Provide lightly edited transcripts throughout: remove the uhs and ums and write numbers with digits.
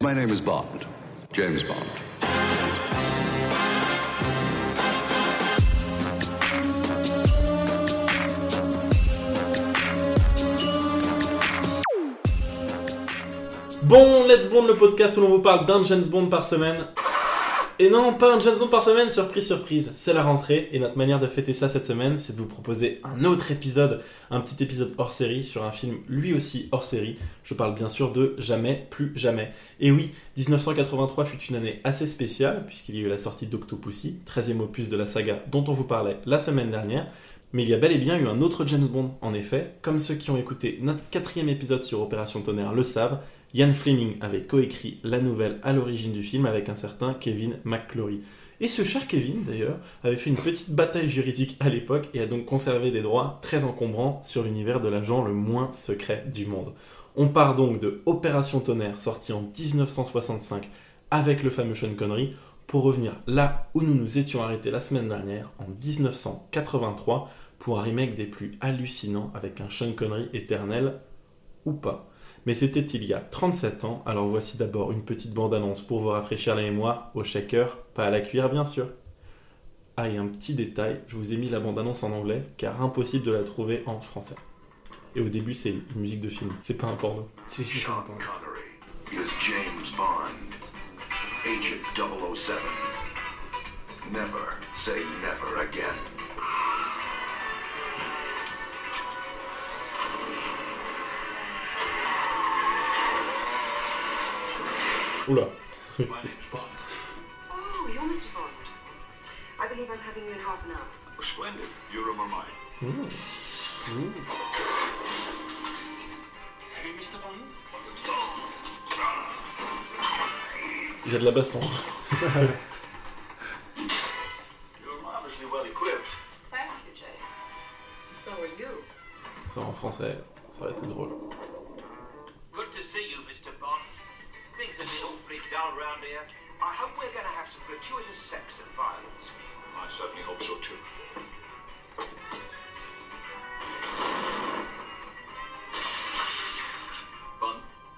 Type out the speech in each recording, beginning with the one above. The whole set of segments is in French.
My name is Bond, James Bond. Bon, Let's Bond, le podcast où l'on vous parle d'un James Bond par semaine. Et non, pas un James Bond par semaine, surprise, surprise, c'est la rentrée. Et notre manière de fêter ça cette semaine, c'est de vous proposer un autre épisode, un petit épisode hors série sur un film lui aussi hors série. Je parle bien sûr de Jamais, plus jamais. Et oui, 1983 fut une année assez spéciale, puisqu'il y a eu la sortie d'Octopussy, 13e opus de la saga dont on vous parlait la semaine dernière. Mais il y a bel et bien eu un autre James Bond, en effet. Comme ceux qui ont écouté notre 4e épisode sur Opération Tonnerre le savent, Ian Fleming avait coécrit la nouvelle à l'origine du film avec un certain Kevin McClory. Et ce cher Kevin, d'ailleurs, avait fait une petite bataille juridique à l'époque et a donc conservé des droits très encombrants sur l'univers de l'agent le moins secret du monde. On part donc de Opération Tonnerre, sortie en 1965 avec le fameux Sean Connery, pour revenir là où nous nous étions arrêtés la semaine dernière, en 1983, pour un remake des plus hallucinants avec un Sean Connery éternel, ou pas. Mais c'était il y a 37 ans, alors voici d'abord une petite bande-annonce pour vous rafraîchir la mémoire, au shaker, pas à la cuillère bien sûr. Ah, et un petit détail, je vous ai mis la bande-annonce en anglais, car impossible de la trouver en français. Et au début c'est une musique de film, c'est pas un porno. Si, c'est un porno. Connery is James Bond, Agent 007. Never say never again. Oula, qu'est-ce qui se passe ? Oh, you're Mr. Bond. I believe I'm having you in half an hour. Splendid. You remember mine. Hey, Mr. Bond. Il y a de la baston. You're marvelously well equipped. Thank you, James. So are you. Ça en français, ça aurait été drôle. Good to see you, Mr. Bond. Things have been awfully dull round here. I hope we're going to have some gratuitous sex and violence. I certainly hope so too. Bond,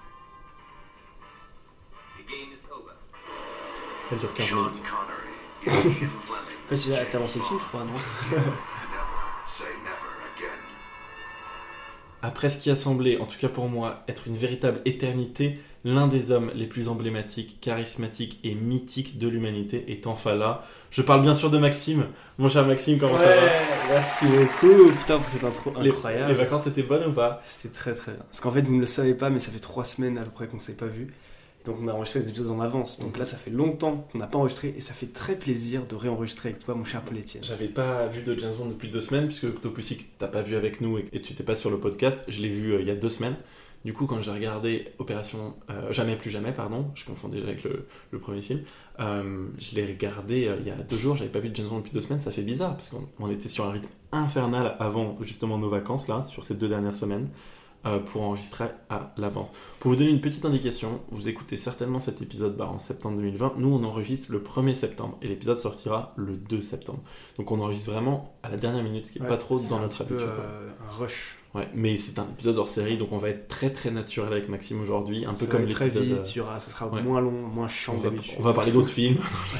the game is over. Elle dure 15 Sean minutes. Connery is Ian Fleming. En fait, il a avancé le film, je crois, non? Never say never again. Après ce qui a semblé, en tout cas pour moi, être une véritable éternité, l'un des hommes les plus emblématiques, charismatiques et mythiques de l'humanité est enfin là. Je parle bien sûr de Maxime. Mon cher Maxime, comment ça va ? Merci beaucoup. Putain, pour cette intro incroyable. Les vacances étaient bonnes ou pas ? C'était très très bien. Parce qu'en fait, vous ne le savez pas, mais ça fait 3 semaines à peu près qu'on ne s'est pas vu. Donc on a enregistré des épisodes en avance. Donc là, ça fait longtemps qu'on n'a pas enregistré et ça fait très plaisir de réenregistrer avec toi, mon cher Paul Etienne. J'avais pas vu de James Bond depuis 2 semaines, puisque Octopussy que t'as pas vu avec nous et tu t'es pas sur le podcast, je l'ai vu il y a 2 semaines. Du coup, quand j'ai regardé Opération Jamais plus jamais, pardon, je confonds déjà avec le premier film, je l'ai regardé il y a 2 jours, j'avais pas vu de James Bond depuis 2 semaines, ça fait bizarre, parce qu'on était sur un rythme infernal avant justement nos vacances, là, sur ces 2 dernières semaines, pour enregistrer à l'avance. Pour vous donner une petite indication, vous écoutez certainement cet épisode en septembre 2020, nous on enregistre le 1er septembre, et l'épisode sortira le 2 septembre. Donc on enregistre vraiment à la dernière minute, ce qui est pas trop dans notre habitude. Un rush. Ouais, mais c'est un épisode hors série, donc on va être très très naturel avec Maxime aujourd'hui, un peu Ça comme va être très l'épisode. vite, ça sera ouais. moins long, moins chiant que d'habitude. On va parler d'autres films,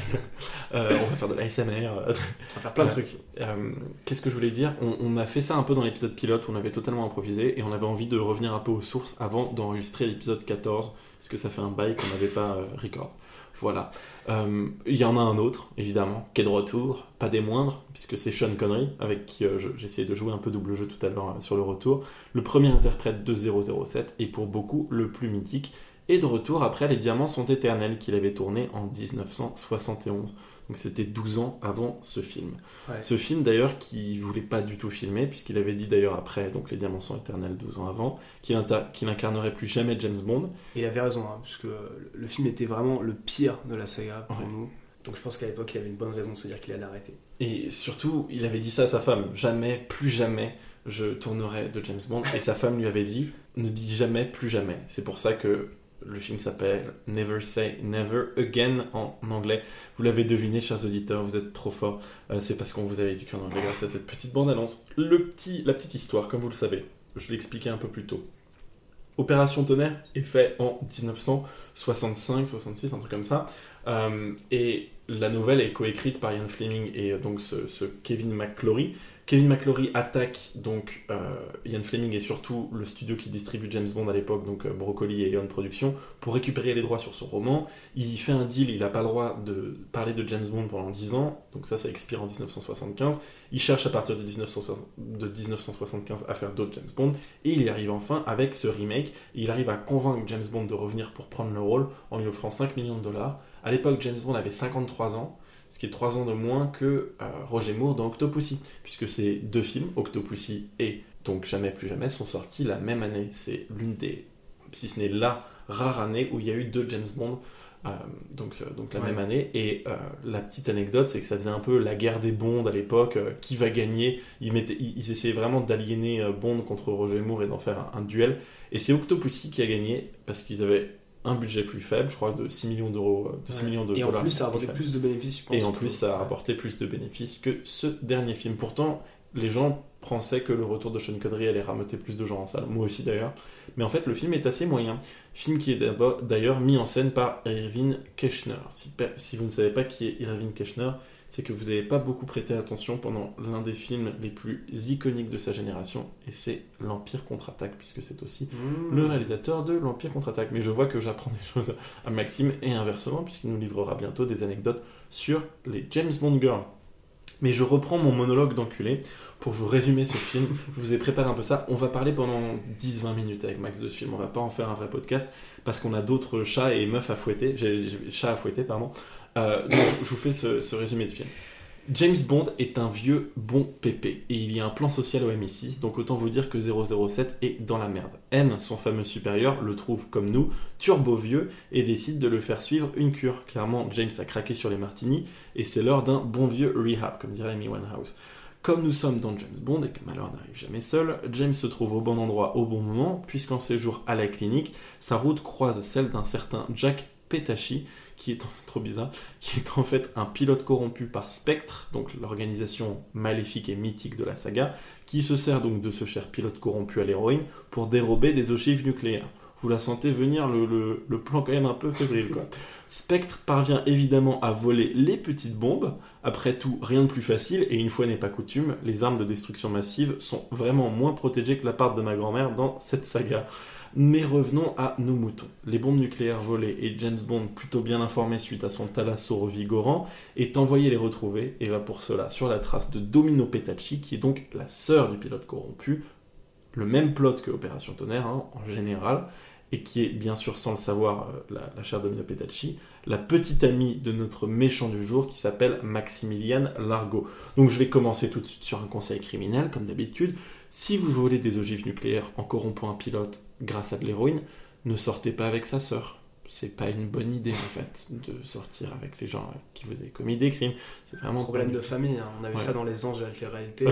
on va faire de l'ASMR, On va faire plein de trucs. qu'est-ce que je voulais dire, on a fait ça un peu dans l'épisode pilote où on avait totalement improvisé et on avait envie de revenir un peu aux sources avant d'enregistrer l'épisode 14, parce que ça fait un bail qu'on n'avait pas record. Voilà. Il y en a un autre, évidemment, qui est de retour, pas des moindres, puisque c'est Sean Connery, avec qui j'ai essayé de jouer un peu double jeu tout à l'heure sur le retour. Le premier interprète de 007, et pour beaucoup le plus mythique, et de retour après Les Diamants sont éternels, qu'il avait tourné en 1971. Donc c'était 12 ans avant ce film. Ouais. Ce film d'ailleurs qu'il voulait pas du tout filmer, puisqu'il avait dit d'ailleurs après, donc Les Diamants sont éternels 12 ans avant, qu'il n'incarnerait plus jamais James Bond. Et il avait raison, hein, parce que le film était vraiment le pire de la saga pour Ouais. nous. Donc je pense qu'à l'époque, il avait une bonne raison de se dire qu'il allait arrêter. Et surtout, il avait dit ça à sa femme, jamais, plus jamais, je tournerai de James Bond. Et sa femme lui avait dit, ne dis jamais, plus jamais. C'est pour ça que le film s'appelle Never Say Never Again en anglais. Vous l'avez deviné, chers auditeurs, vous êtes trop forts. C'est parce qu'on vous avait éduqué en anglais grâce à cette petite bande-annonce. La petite histoire, comme vous le savez, je l'ai expliqué un peu plus tôt. Opération Tonnerre est fait en 1965, 66, un truc comme ça. Et la nouvelle est coécrite par Ian Fleming et donc ce Kevin McClory. Kevin McClory attaque donc Ian Fleming et surtout le studio qui distribue James Bond à l'époque, donc Broccoli et Eon Productions, pour récupérer les droits sur son roman. Il fait un deal, il n'a pas le droit de parler de James Bond pendant 10 ans, donc ça expire en 1975. Il cherche à partir de 1975 à faire d'autres James Bond, et il y arrive enfin avec ce remake. Il arrive à convaincre James Bond de revenir pour prendre le rôle en lui offrant 5 millions de dollars. À l'époque, James Bond avait 53 ans, ce qui est 3 ans de moins que Roger Moore dans Octopussy, puisque ces deux films, Octopussy et donc Jamais plus jamais, sont sortis la même année. C'est l'une des, si ce n'est la rare année où il y a eu 2 James Bond, donc la même année. Et la petite anecdote, c'est que ça faisait un peu la guerre des Bonds à l'époque, qui va gagner. Ils essayaient vraiment d'aliéner Bond contre Roger Moore et d'en faire un duel. Et c'est Octopussy qui a gagné, parce qu'ils avaient un budget plus faible, je crois, de 6 millions d'euros, de 6 millions de dollars. Et en plus, ça a rapporté plus de bénéfices, je pense. Et en plus, ça a rapporté plus de bénéfices que ce dernier film. Pourtant, les gens pensaient que le retour de Sean Connery allait rameuter plus de gens en salle. Moi aussi, d'ailleurs. Mais en fait, le film est assez moyen. Film qui est d'ailleurs mis en scène par Irving Kershner. Si vous ne savez pas qui est Irving Kershner, c'est que vous n'avez pas beaucoup prêté attention pendant l'un des films les plus iconiques de sa génération, et c'est l'Empire contre-attaque, puisque c'est aussi le réalisateur de l'Empire contre-attaque. Mais je vois que j'apprends des choses à Maxime, et inversement, puisqu'il nous livrera bientôt des anecdotes sur les James Bond Girls. Mais je reprends mon monologue d'enculé pour vous résumer ce film. Je vous ai préparé un peu ça. On va parler pendant 10-20 minutes avec Max de ce film. On va pas en faire un vrai podcast, parce qu'on a d'autres chats et meufs à fouetter. Chats à fouetter, pardon. Donc, je vous fais ce résumé de film. James Bond est un vieux bon pépé, et il y a un plan social au MI6, donc autant vous dire que 007 est dans la merde. M, son fameux supérieur, le trouve comme nous, turbo vieux, et décide de le faire suivre une cure. Clairement, James a craqué sur les martinis, et c'est l'heure d'un bon vieux rehab, comme dirait Amy Winehouse. Comme nous sommes dans James Bond, et que malheur n'arrive jamais seul, James se trouve au bon endroit au bon moment, puisqu'en séjour à la clinique, sa route croise celle d'un certain Jack Petachi, qui est trop bizarre, qui est en fait un pilote corrompu par Spectre, donc l'organisation maléfique et mythique de la saga, qui se sert donc de ce cher pilote corrompu à l'héroïne pour dérober des ogives nucléaires. Vous la sentez venir, le plan quand même un peu fébrile, quoi. Spectre parvient évidemment à voler les petites bombes. Après tout, rien de plus facile, et une fois n'est pas coutume, les armes de destruction massive sont vraiment moins protégées que la part de ma grand-mère dans cette saga. Mais revenons à nos moutons. Les bombes nucléaires volées, et James Bond, plutôt bien informé suite à son thalasso revigorant, est envoyé les retrouver, et va pour cela sur la trace de Domino Petachi, qui est donc la sœur du pilote corrompu, le même plot que Opération Tonnerre, en général, et qui est bien sûr, sans le savoir, la chère Domino Petachi, la petite amie de notre méchant du jour qui s'appelle Maximilian Largo. Donc je vais commencer tout de suite sur un conseil criminel, comme d'habitude. Si vous volez des ogives nucléaires en corrompant un pilote grâce à de l'héroïne, ne sortez pas avec sa sœur. C'est pas une bonne idée, en fait, de sortir avec les gens qui vous avez commis des crimes. C'est vraiment problème de famille, hein. On a vu ça dans Les Anges de la télé-réalité.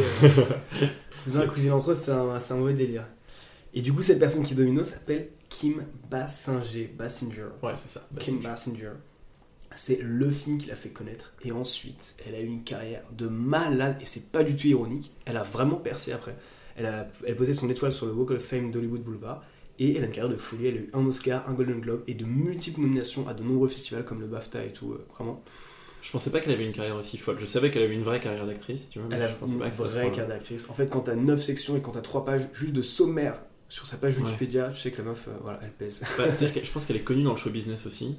Cousin, cousine entre eux, c'est un mauvais délire. Et du coup, cette personne qui est domino s'appelle Kim Basinger. Ouais, c'est ça. Kim Basinger. C'est le film qui l'a fait connaître. Et ensuite, elle a eu une carrière de malade. Et c'est pas du tout ironique. Elle a vraiment percé après. Elle posait son étoile sur le Walk of Fame d'Hollywood Boulevard. Et elle a une carrière de folie. Elle a eu un Oscar, un Golden Globe et de multiples nominations à de nombreux festivals comme le BAFTA et tout. Vraiment. Je pensais pas qu'elle avait une carrière aussi folle. Je savais qu'elle avait une vraie carrière d'actrice. Tu vois, elle a une vraie carrière d'actrice. En fait, quand t'as 9 sections et quand t'as 3 pages juste de sommaire sur sa page Wikipédia, tu sais que la meuf, elle pèse. C'est-à-dire que je pense qu'elle est connue dans le show business aussi.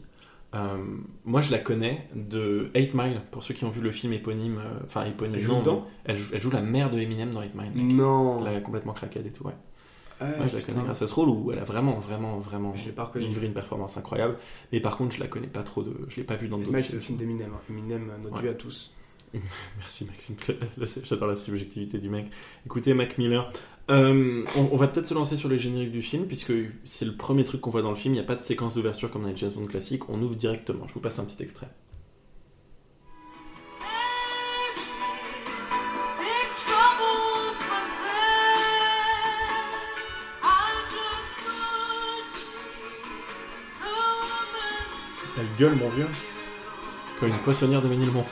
Moi, je la connais de 8 Mile, pour ceux qui ont vu le film éponyme. Elle joue dedans ? Elle joue la mère de Eminem dans 8 Mile. Mec. Non. Elle a complètement craquette et tout, ouais. Moi, je la connais grâce à ce rôle où elle a vraiment livré une performance incroyable. Mais par contre, je la connais pas trop je l'ai pas vu dans d'autres films. C'est le film d'Eminem. Eminem, notre Dieu à tous. Merci Maxime, j'adore la subjectivité du mec. Écoutez Mac Miller, on va peut-être se lancer sur les génériques du film, puisque c'est le premier truc qu'on voit dans le film. Il n'y a pas de séquence d'ouverture comme dans les James Bond classiques, on ouvre directement. Je vous passe un petit extrait. Elle gueule mon vieux, comme une poissonnière de Ménilmontant.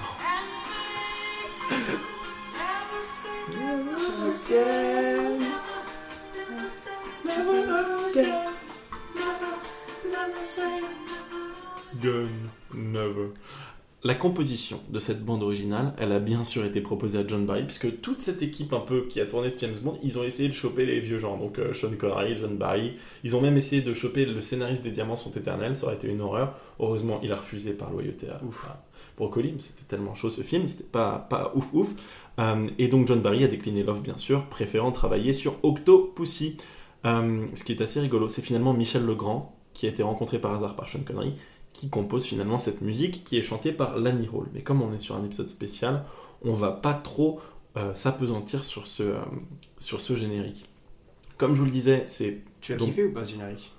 gun, never. La composition de cette bande originale, elle a bien sûr été proposée à John Barry, puisque toute cette équipe un peu qui a tourné ce James Bond, ils ont essayé de choper les vieux gens, donc Sean Connery, John Barry, ils ont même essayé de choper le scénariste des Diamants sont éternels, ça aurait été une horreur. Heureusement, il a refusé par loyauté à Broccoli, c'était tellement chaud ce film, c'était pas ouf. Et donc John Barry a décliné l'offre bien sûr, préférant travailler sur Octopussy. Ce qui est assez rigolo, c'est finalement Michel Legrand, qui a été rencontré par hasard par Sean Connery, qui compose finalement cette musique qui est chantée par Lani Hall. Mais comme on est sur un épisode spécial, on va pas trop s'apesantir sur ce générique. Comme je vous le disais, c'est... Tu as kiffé ou pas ce générique?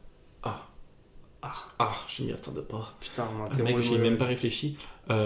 Je m'y attendais pas. Putain, on a Mec, interrompu j'y ai le- même pas réfléchi.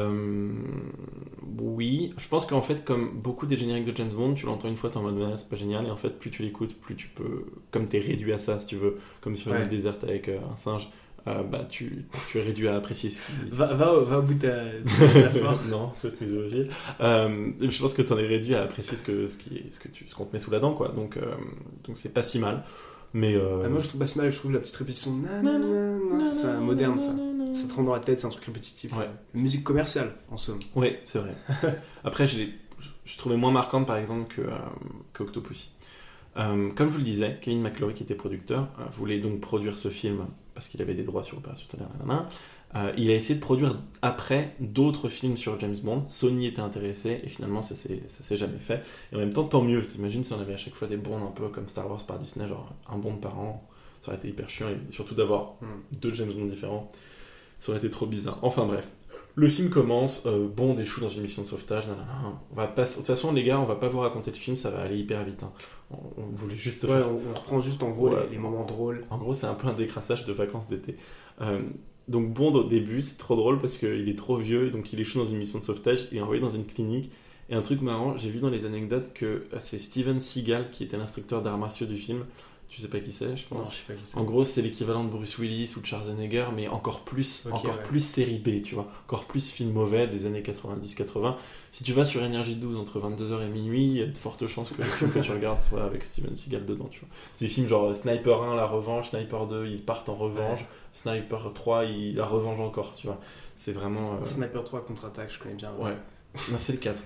Oui, je pense qu'en fait, comme beaucoup des génériques de James Bond, tu l'entends une fois, t'es en mode ouais, c'est pas génial, et en fait, plus tu l'écoutes, plus tu peux. Comme t'es réduit à ça, si tu veux, comme sur une île déserte avec un singe, tu es réduit à apprécier ce qui. Va au bout de ta métaphore. Non, ça c'était zoologie. Je pense que t'en es réduit à apprécier ce qu'on te met sous la dent, quoi. Donc c'est pas si mal. Mais Moi je trouve pas si mal, je trouve la petite répétition c'est moderne ça. Ça te rend dans la tête, c'est un truc répétitif. Ouais. Musique commerciale en somme. ouais, c'est vrai. Après, je trouvais moins marquante par exemple que Octopussy. Comme je vous le disais, Kevin McClory, qui était producteur, voulait donc produire ce film parce qu'il avait des droits sur Opération Tonnerre. Il a essayé de produire après d'autres films sur James Bond. Sony était intéressé et finalement ça s'est jamais fait. Et en même temps, tant mieux. T'imagines si on avait à chaque fois des Bonds un peu comme Star Wars par Disney, genre un Bond par an, ça aurait été hyper chiant et surtout d'avoir deux James Bond différents, ça aurait été trop bizarre. Enfin bref. Le film commence, Bond échoue dans une mission de sauvetage, On va pas... De toute façon, les gars, on va pas vous raconter le film, ça va aller hyper vite. Hein. On voulait juste Ouais, faire... on reprend juste en gros Ouais. les moments drôles. En gros, c'est un peu un décrassage de vacances d'été. Donc Bond, au début, c'est trop drôle parce qu'il est trop vieux, donc il échoue dans une mission de sauvetage, il est envoyé dans une clinique. Et un truc marrant, j'ai vu dans les anecdotes que c'est Steven Seagal qui était l'instructeur d'arts martiaux du film. Tu sais pas qui c'est, je pense. Non, je sais pas qui c'est. En gros, c'est l'équivalent de Bruce Willis ou de Schwarzenegger, mais encore plus série B, tu vois. Encore plus film mauvais des années 90-80. Si tu vas sur Énergie 12 entre 22h et minuit, il y a de fortes chances que le film que tu regardes soit avec Steven Seagal dedans, tu vois. C'est des films genre Sniper 1, la revanche, Sniper 2, ils partent en revanche, Sniper 3, la revanche encore, tu vois. C'est vraiment... Sniper 3 contre-attaque, je connais bien. Ouais. Non, c'est le 4.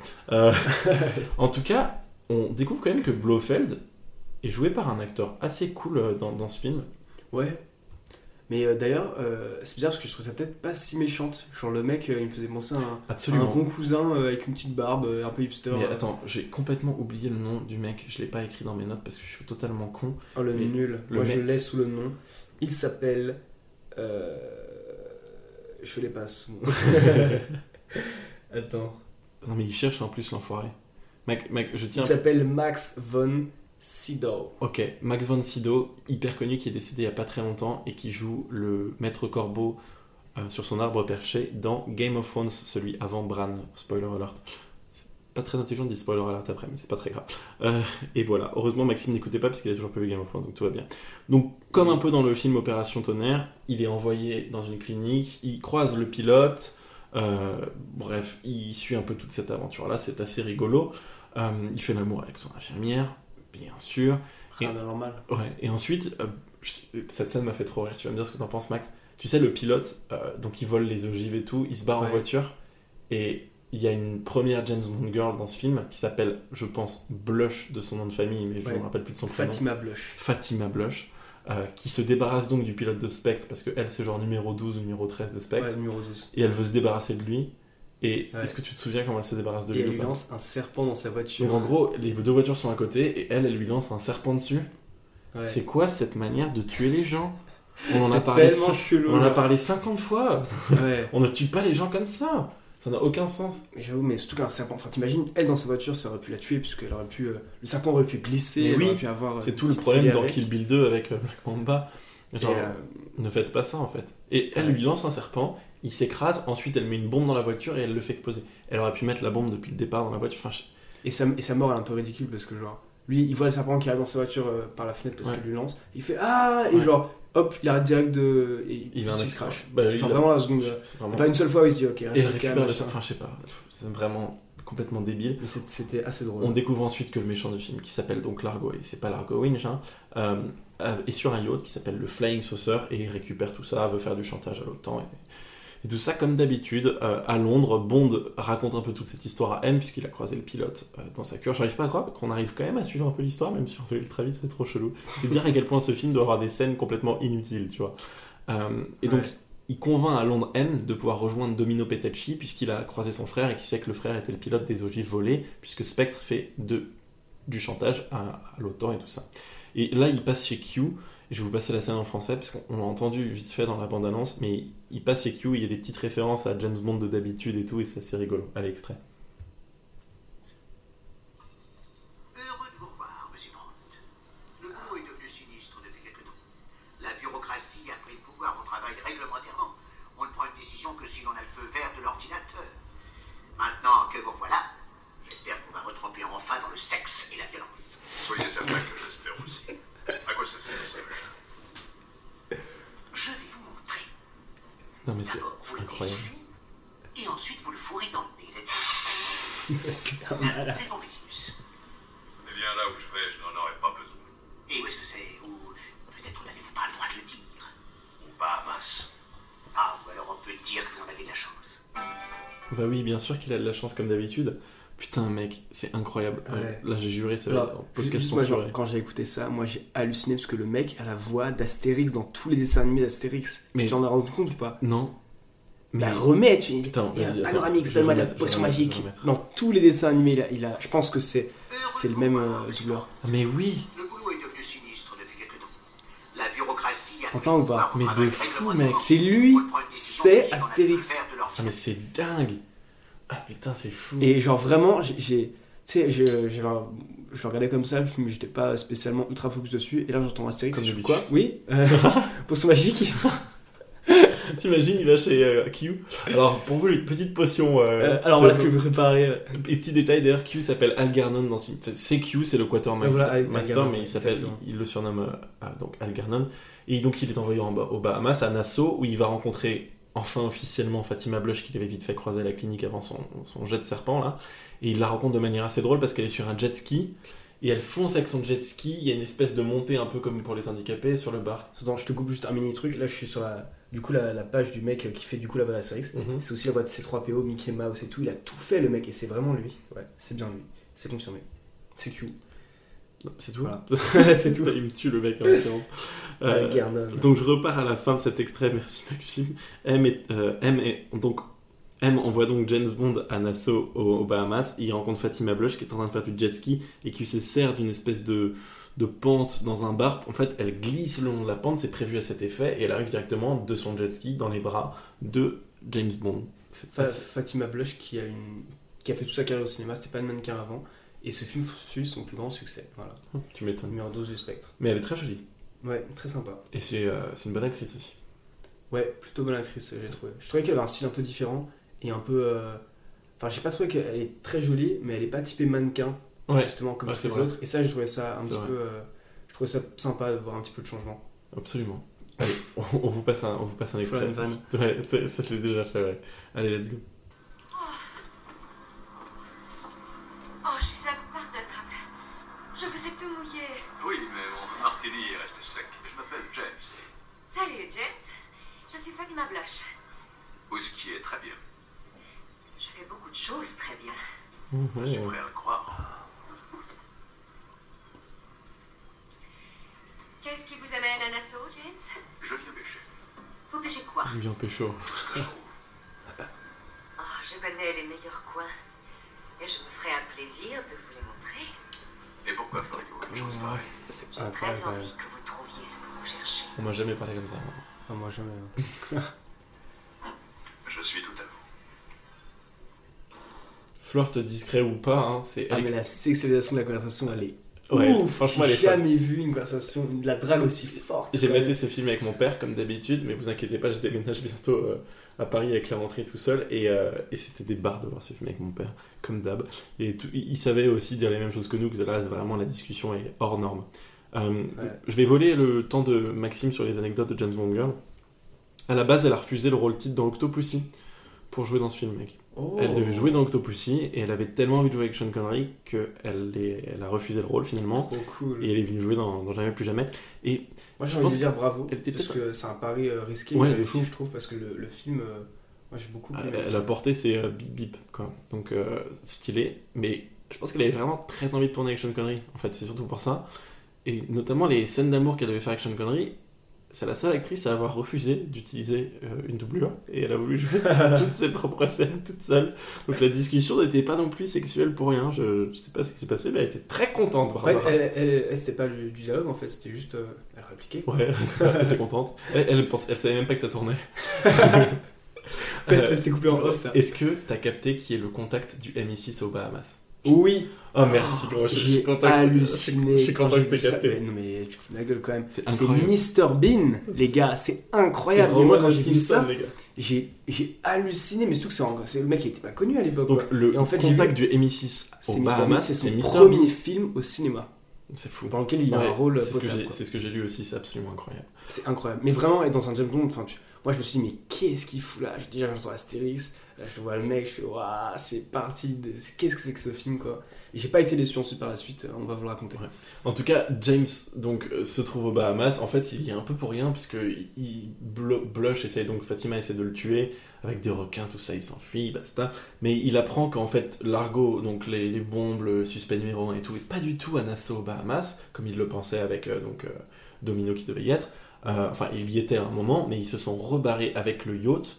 En tout cas, on découvre quand même que Blofeld est joué par un acteur assez cool dans ce film. Ouais. Mais d'ailleurs, c'est bizarre parce que je trouve sa tête pas si méchante. Genre le mec, il me faisait penser à un bon cousin avec une petite barbe, un peu hipster. Mais attends, j'ai complètement oublié le nom du mec. Je l'ai pas écrit dans mes notes parce que je suis totalement con. Oh le nul. Moi je l'ai sous le nom. Il s'appelle... Je l'ai pas sous mon... Attends. Non mais il cherche en plus l'enfoiré. Mec, je tiens... Il s'appelle Max von Sydow. Ok, Max von Sydow, hyper connu, qui est décédé il y a pas très longtemps et qui joue le maître corbeau sur son arbre perché dans Game of Thrones, celui avant Bran. Spoiler alert. C'est pas très intelligent de dire spoiler alert après, mais c'est pas très grave. Et voilà, heureusement Maxime n'écoutait pas parce qu'il a toujours pas vu Game of Thrones, donc tout va bien. Donc, comme un peu dans le film Opération Tonnerre, il est envoyé dans une clinique, il croise le pilote, bref, il suit un peu toute cette aventure-là, c'est assez rigolo. Il fait l'amour avec son infirmière, bien sûr. Rien d'anormal. Ouais, et ensuite, cette scène m'a fait trop rire, tu vas me dire ce que t'en penses, Max. Tu sais, le pilote, donc il vole les ogives et tout, il se barre en voiture, et il y a une première James Bond girl dans ce film qui s'appelle, je pense, Blush de son nom de famille, mais je ne me rappelle plus de son prénom. Fatima Blush. Qui se débarrasse donc du pilote de Spectre, parce que elle c'est genre numéro 12 ou numéro 13 de Spectre. Ouais, numéro 12. Et elle veut se débarrasser de lui. Et est-ce que tu te souviens comment elle se débarrasse de lui? Et elle lui lance un serpent dans sa voiture. Donc en gros, les deux voitures sont à côté, et elle lui lance un serpent dessus. Ouais. C'est quoi cette manière de tuer les gens? On en a parlé 50 fois. Ouais. On ne tue pas les gens comme ça. Ça n'a aucun sens. Mais j'avoue, mais surtout qu'un serpent. Enfin, t'imagines, elle dans sa voiture, ça aurait pu la tuer, puisqu'elle aurait pu. Le serpent aurait pu glisser. Oui, aurait pu avoir. C'est tout le problème dans Kill Bill 2 avec Black Mamba. Genre, ne faites pas ça en fait. Et elle lui lance un serpent, il s'écrase, ensuite elle met une bombe dans la voiture et elle le fait exploser. Elle aurait pu mettre la bombe depuis le départ dans la voiture. Enfin, et sa mort elle est un peu ridicule parce que, genre, lui il voit le serpent qui arrive dans sa voiture par la fenêtre parce qu'il lui lance. Il fait ah! Et genre. Hop, il arrête direct de. Et il se crash. Genre vraiment la seconde. Vraiment... Pas une seule fois où il se dit ok, reste et il récupère le serpent. Enfin, je sais pas. C'est vraiment complètement débile. Mais c'était assez drôle. On découvre ensuite que le méchant du film, qui s'appelle donc Largo, et c'est pas Largo Winch, hein, est sur un yacht qui s'appelle le Flying Saucer et il récupère tout ça, veut faire du chantage à l'OTAN et tout ça comme d'habitude. À Londres, Bond raconte un peu toute cette histoire à M puisqu'il a croisé le pilote dans sa cure. J'arrive pas à croire qu'on arrive quand même à suivre un peu l'histoire, même si on fait ultra vite, c'est trop chelou. C'est dire à quel point ce film doit avoir des scènes complètement inutiles, tu vois. Et donc il convainc à Londres M de pouvoir rejoindre Domino Petacci puisqu'il a croisé son frère et qu'il sait que le frère était le pilote des ogives volées puisque Spectre fait du chantage à l'OTAN et tout ça. Et là il passe chez Q, et je vais vous passer la scène en français parce qu'on l'a entendu vite fait dans la bande-annonce, mais il passe chez Q, il y a des petites références à James Bond de d'habitude et tout, et c'est assez rigolo. Allez, extrait. Heureux de vous revoir, monsieur Bond. Le boulot est devenu sinistre depuis quelque temps. La bureaucratie a pris le pouvoir au travail réglementairement. On ne prend une décision que si l'on a le feu vert de l'ordinateur. Maintenant que vous voilà, j'espère qu'on va retremper enfin dans le sexe et la violence. Soyez certain que j'espère aussi. À quoi ça sert, ce jeu? Je vais vous montrer. Non mais c'est D'abord, vous le incroyable. dévissez, et ensuite vous le fourrez dans le nez. C'est un malade. C'est bon, Maximus. Eh bien, là où je vais, je n'en aurai pas besoin. Et où est-ce que c'est? Ou peut-être n'avez-vous pas le droit de le dire? Aux Bahamas. Ah, ou alors on peut dire que vous en avez de la chance. Bah oui, bien sûr qu'il a de la chance comme d'habitude. Putain mec, c'est incroyable. Ouais. Là j'ai juré, ça va être un podcast Juste moi, censuré. quand j'ai écouté ça, moi j'ai halluciné parce que le mec a la voix d'Astérix dans tous les dessins animés d'Astérix. Mais- Tu t'en as rendu compte ou pas? Non. Mais Bah remets, tu dis. Putain, Il y a vas-y, un attends, panoramix, je vais donne-moi la remettre, potion je vais remettre, magique. je vais remettre. Dans tous les dessins animés, je pense que c'est le même doubleur. Ah, mais oui. Le boulot est devenu sinistre depuis quelque temps. La bureaucratie a T'entends ou pas? Mais de fou, mec. C'est lui, c'est Astérix. Ah mais c'est dingue. Ah putain, c'est fou. Et genre vraiment, tu sais, je regardais comme ça le film, j'étais pas spécialement ultra focus dessus. Et là j'entends Astérix. Comme et je fais, d'habitude. quoi? Oui. Potion magique. T'imagines, il va chez Q. Alors pour vous, une petite potion. Alors voilà ce que vous préparez. Et petit détail d'ailleurs, Q s'appelle Algernon dans ce film. Enfin, c'est Q, c'est le quartermaster, Voilà, Algernon, master, mais il s'appelle, exactement. il le surnomme donc Algernon. Et donc il est envoyé aux Bahamas, à Nassau, où il va rencontrer enfin officiellement Fatima Blush qu'il avait vite fait croiser à la clinique avant son jet de serpent là. Et il la rencontre de manière assez drôle parce qu'elle est sur un jet ski. Et elle fonce avec son jet ski, il y a une espèce de montée un peu comme pour les handicapés sur le bar. Attends, je te coupe juste un mini truc. Là je suis sur la page du mec qui fait du coup la voix d'Astérix. C'est aussi la voix de C3PO, Mickey Mouse et tout. Il a tout fait le mec et c'est vraiment lui. Ouais, c'est bien lui. C'est confirmé. C'est Q. Non, c'est tout. Voilà. C'est tout. Il me tue le mec en même temps. Algernon. Donc je repars à la fin de cet extrait, merci Maxime. M envoie donc James Bond à Nassau aux Bahamas. Il rencontre Fatima Blush qui est en train de faire du jet ski et qui se sert d'une espèce de pente dans un bar. En fait, elle glisse le long de la pente, c'est prévu à cet effet, et elle arrive directement de son jet ski dans les bras de James Bond. Fatima Blush qui a fait toute sa carrière au cinéma, c'était pas une mannequin avant. Et ce film fut son plus grand succès. Voilà. Tu m'étonnes. Numéro 12 du Spectre. Mais elle est très jolie. Ouais, très sympa. Et c'est une bonne actrice aussi. Ouais, plutôt bonne actrice, j'ai trouvé. Je trouvais qu'elle avait un style un peu différent et un peu. Enfin, j'ai pas trouvé qu'elle est très jolie, mais elle est pas typée mannequin, Ouais, justement, comme ouais, toutes c'est les vrai. autres. Et ça, je trouvais ça un C'est petit vrai. peu. Je trouvais ça sympa de voir un petit peu de changement. Absolument. Allez, on vous passe un Faut extrait. une vanne. Ouais, ça je l'ai déjà fait, ouais. Allez, let's go. Oh, je suis impardonnable. Je faisais tout mouiller. Oui, mais mon martini est resté sec. Je m'appelle James. Salut, James. Je suis Fatima Blush. Whisky est très bien. Je fais beaucoup de choses très bien. Je suis prêt à le croire. Qu'est-ce qui vous amène à Nassau, James? Je viens pêcher. Vous pêchez quoi? Je viens pécho. Oh, je connais les meilleurs coins. Et je me ferai un plaisir de vous les montrer. Et pourquoi feriez-vous une chose pareille? C'est J'ai très envie que vous trouviez ce que vous cherchez. On m'a jamais parlé comme ça. Ah, moi, jamais. Je suis tout à vous. Flirt discret ou pas, hein, c'est Ah, mais la sexualisation de la conversation, elle est. Ouais, ouf, franchement, elle est j'ai jamais vu une conversation, de la drague aussi forte. J'ai quand même. maté ce film avec mon père, comme d'habitude, mais vous inquiétez pas, je déménage bientôt à Paris avec la rentrée tout seul, et c'était des barres de voir ce film avec mon père, comme d'hab. Et il savait aussi dire les mêmes choses que nous, que là, vraiment, la discussion est hors norme. Je vais voler le temps de Maxime sur les anecdotes de James Bond Girl. À la base, elle a refusé le rôle titre dans Octopussy, pour jouer dans ce film, mec. Oh. Elle devait jouer dans Octopussy et elle avait tellement envie de jouer avec Sean Connery qu'elle a refusé le rôle finalement. Trop cool. Et elle est venue jouer dans Jamais plus jamais. Et Moi j'ai je envie pense de dire bravo, elle était parce peut-être- que c'est un pari risqué, Ouais, mais de réussi fou. je trouve, parce que le film, moi j'ai beaucoup aimé. elle a porté ses bip bip, quoi. Donc stylé. Mais je pense qu'elle avait vraiment très envie de tourner avec Sean Connery. En fait, c'est surtout pour ça. Et notamment les scènes d'amour qu'elle devait faire avec Sean Connery. C'est la seule actrice à avoir refusé d'utiliser une doublure et elle a voulu jouer toutes ses propres scènes toute seule. Donc la discussion n'était pas non plus sexuelle pour rien. Je sais pas ce qui s'est passé, mais elle était très contente. En fait, Barbara. elle c'était pas du dialogue, en fait, c'était juste. Elle répliquait. Ouais, elle était contente. Elle savait même pas que ça tournait. Ouais, c'était coupé en off, ça. Est-ce que t'as capté qui est le contact du MI6 aux Bahamas? Oui! Oh merci gros, je suis J'ai content que halluciné. je suis content quand que j'ai t'aies vu ça. capté. Mais non, mais tu te fous de la gueule quand même. C'est C'est incroyable. Mr Bean, les gars, c'est incroyable. C'est Et moi, vraiment quand j'ai vu ça, les gars. j'ai halluciné, mais surtout que c'est le mec qui était pas connu à l'époque. Donc quoi. le Et en fait, contact du MI6 C'est aux Mr. Bean, Bahamas, c'est son Mr. premier Bean. film au cinéma, C'est fou. dans lequel il a Ouais, un rôle c'est ce que potable, j'ai- quoi. c'est ce que j'ai lu aussi, c'est absolument incroyable. C'est incroyable. Mais vraiment, être dans un James Bond, moi je me suis dit, mais qu'est-ce qu'il fout là? Déjà, j'entends Astérix, là je vois le mec, je fais, waouh, c'est parti, qu'est-ce que c'est que ce film, quoi. Et j'ai pas été déçu ensuite par la suite, on va vous le raconter. Ouais. En tout cas, James donc se trouve aux Bahamas. En fait, il y est un peu pour rien puisque il blush, Fatima essaie de le tuer avec des requins, tout ça, il s'enfuit, basta. Mais il apprend qu'en fait Largo, donc les bombes, le suspect numéro 1 et tout, est pas du tout à Nassau aux Bahamas comme il le pensait avec Domino qui devait y être. Enfin, il y était à un moment, mais ils se sont rebarrés avec le yacht.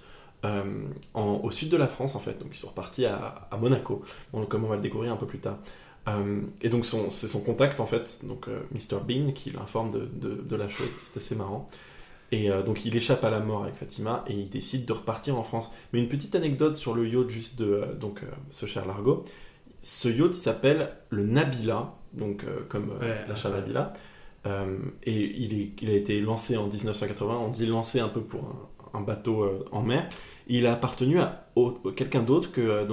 Au sud de la France en fait, donc ils sont repartis à Monaco, bon, comme on va le découvrir un peu plus tard. Et donc c'est son contact en fait, donc Mr. Bean qui l'informe de la chose, c'est assez marrant. Et donc il échappe à la mort avec Fatima et il décide de repartir en France. Mais une petite anecdote sur le yacht juste de ce cher Largo. Ce yacht il s'appelle le Nabila, donc comme la chère Nabila. Et il a été lancé en 1980, on dit lancé un peu pour un bateau en mer. Il a appartenu à quelqu'un d'autre que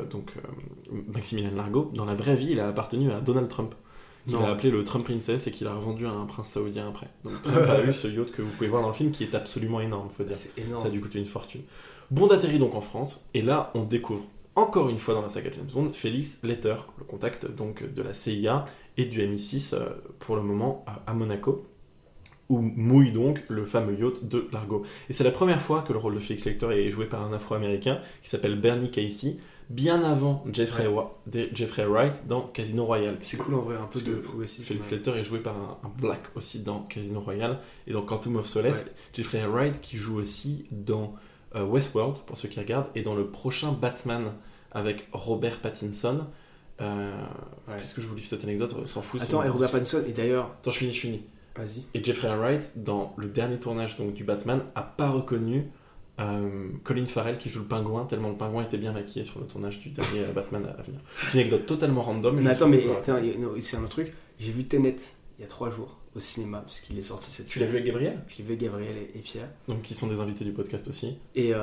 Maximilien Largo. Dans la vraie vie, il a appartenu à Donald Trump. Il a appelé le Trump Princess et qu'il a revendu à un prince saoudien après. Donc Trump a eu ce yacht que vous pouvez voir dans le film qui est absolument énorme, faut dire. C'est énorme. Ça a dû coûter une fortune. Bond atterrit donc en France et là on découvre encore une fois dans la saga James Bond Félix Leiter, le contact donc de la CIA et du MI6 pour le moment à Monaco, où mouille donc le fameux yacht de Largo. Et c'est la première fois que le rôle de Félix Leiter est joué par un Afro-Américain qui s'appelle Bernie Casey, bien avant Jeffrey Wright dans Casino Royale. C'est cool en vrai, un peu Parce de que progressisme. Félix Leiter est joué par un black aussi dans Casino Royale et dans Quantum of Solace. Ouais. Jeffrey Wright qui joue aussi dans Westworld, pour ceux qui regardent, et dans le prochain Batman avec Robert Pattinson. Qu'est-ce que je vous lis cette anecdote? On s'en fout. Attends, et Robert Pattinson, et d'ailleurs, Attends, je finis. vas-y. Et Jeffrey Wright, dans le dernier tournage donc, du Batman, a pas reconnu Colin Farrell qui joue le pingouin, tellement le pingouin était bien maquillé sur le tournage du dernier Batman à venir. C'est une anecdote totalement random. Mais je attends, trouve mais que- attends, c'est un autre truc. J'ai vu Tenet il y a 3 jours au cinéma, parce qu'il est sorti cette Tu l'as vu avec Gabriel? Je l'ai vu avec Gabriel et Pierre. Donc, qui sont des invités du podcast aussi. Et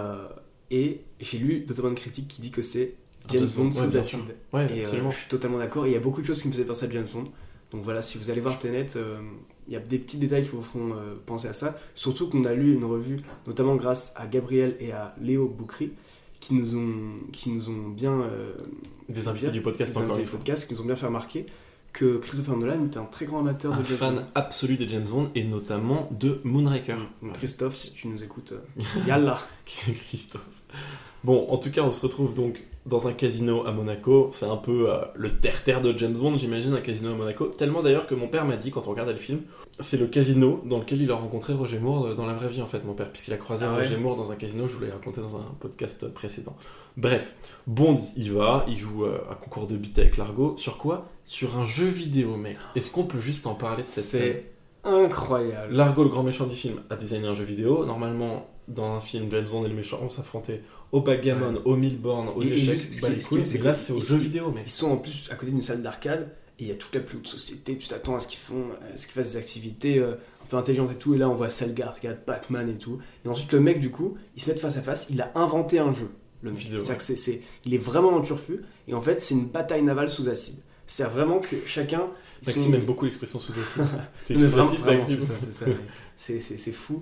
j'ai lu notamment une critique qui dit que c'est James Bond ouais, sous bien acide. sûr. Ouais, Et absolument. je suis totalement d'accord. Et il y a beaucoup de choses qui me faisaient penser à James Bond. Donc voilà, si vous allez voir Tenet, il y a des petits détails qui vous feront penser à ça. Surtout qu'on a lu une revue, notamment grâce à Gabriel et à Léo Boukri, qui nous ont bien... Des invités du podcast encore une fois. podcast, qui nous ont bien fait remarquer que Christopher Nolan était un très grand amateur Un de James fan Bond. absolu de James Bond et notamment de Moonraker. Donc, Christophe, si tu nous écoutes, yalla. Christophe. Bon, en tout cas, on se retrouve donc dans un casino à Monaco. C'est un peu le terre-terre de James Bond, j'imagine, un casino à Monaco. Tellement d'ailleurs que mon père m'a dit, quand on regardait le film, c'est le casino dans lequel il a rencontré Roger Moore dans la vraie vie, en fait, mon père. Puisqu'il a croisé Ah ouais. Roger Moore dans un casino, je vous l'ai raconté dans un podcast précédent. Bref, Bond, il va, il joue un concours de beat avec Largo. Sur quoi? Sur un jeu vidéo, mec. Est-ce qu'on peut juste en parler de cette scène? C'est incroyable. Largo, le grand méchant du film, a designé un jeu vidéo. Normalement, dans un film, James Bond et le méchant vont s'affronter au backgammon, Ouais. aux mille bornes, aux Et échecs. ce Bah, qui- les ce couilles, qui- c'est mais là, que c'est au ils- jeu vidéo, mec. Ils sont en plus à côté d'une salle d'arcade et il y a toute la plus haute société. Tu t'attends à ce qu'ils fassent des activités un peu intelligentes et tout. Et là, on voit Salgard, Pac-Man et tout. Et ensuite, le mec, du coup, ils se mettent face à face. Il a inventé un jeu. Le mec. Vidéo, C'est-à-dire que il est vraiment en turfu. Et en fait, c'est une bataille navale sous acide. C'est vraiment que chacun. ils Maxime sont- aime beaucoup l'expression sous acide. C'est Mais sous vraiment, acide, vraiment, Maxime. c'est ça. C'est fou.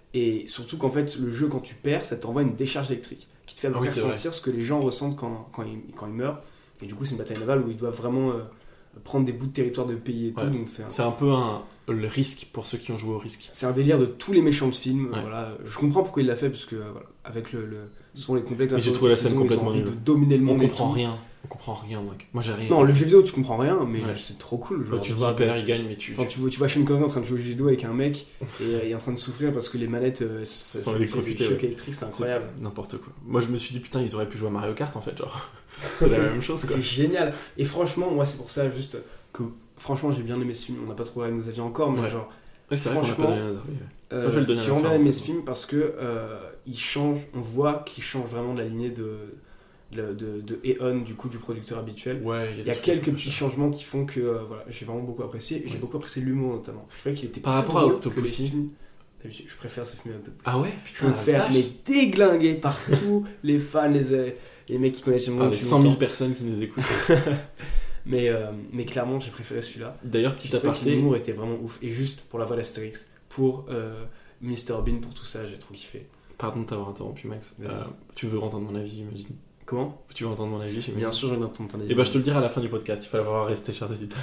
Et surtout qu'en fait, le jeu, quand tu perds, ça t'envoie une décharge électrique qui te fait Ah oui, c'est ressentir ce que les gens ressentent quand ils meurent. Et du coup, c'est une bataille navale où ils doivent vraiment prendre des bouts de territoire de pays et tout. Ouais. Donc C'est un peu le risque pour ceux qui ont joué au risque. c'est un délire de tous les méchants de films. Ouais. Voilà. Je comprends pourquoi il l'a fait, parce que voilà, avec ce sont les complexes. Mais j'ai trouvé la scène ils ont complètement envie nulle. de dominer le On monde. et comprend tout. rien. On comprend rien, mec. Moi, j'ai rien. Non, le jeu vidéo, tu comprends rien, mais Ouais. c'est trop cool. Là, Genre, tu de dis voir perd, il gagne, mais tu. Enfin, tu vois Sean Connery en train de jouer au jeu vidéo avec un mec et il est en train de souffrir parce que les manettes Sont fait électrocutées, des chocs ouais. électriques, c'est incroyable. N'importe quoi. Moi, je me suis dit, putain, ils auraient pu jouer à Mario Kart en fait, genre. C'est la même chose, quoi. C'est génial. Et franchement, moi, c'est pour ça juste que franchement, j'ai bien aimé ce film. On n'a pas trop nos avis encore, mais Ouais. genre, Ouais, c'est vrai qu'on a pas franchement, donné notre avis, ouais. Moi, je vais le donner à j'ai la vraiment fin, bien aimé en fait. ce film parce que il change. On voit qu'il change vraiment de la lignée de Eon, du coup, du producteur habituel. Ouais, Il y a quelques petits changements qui font que voilà, j'ai vraiment beaucoup apprécié. Et j'ai Ouais. beaucoup apprécié l'humour notamment. Je trouvais qu'il était Par plus rapport à drôle Octopussy. que les films. Je préfère ce film à Octopussy. Ah ouais? Je peux me faire mais déglinguer par tous les fans, les mecs qui connaissent le monde Par les depuis 100 000 longtemps. personnes qui nous écoutent. Mais clairement, j'ai préféré celui-là. D'ailleurs, J'ai petit trouvé que aparté. l'humour était vraiment ouf. Et juste pour la voix d'Astérix, pour Mr Bean, pour tout ça, j'ai trop kiffé. Pardon de t'avoir interrompu, Max. Vas-y. Tu veux entendre mon avis, j'imagine. Comment? Tu veux entendre mon avis, j'imagine. Bien sûr, je vais entendre ton avis. Et bah, je te le dirai à la fin du podcast. Il fallait avoir resté, chers auditeurs.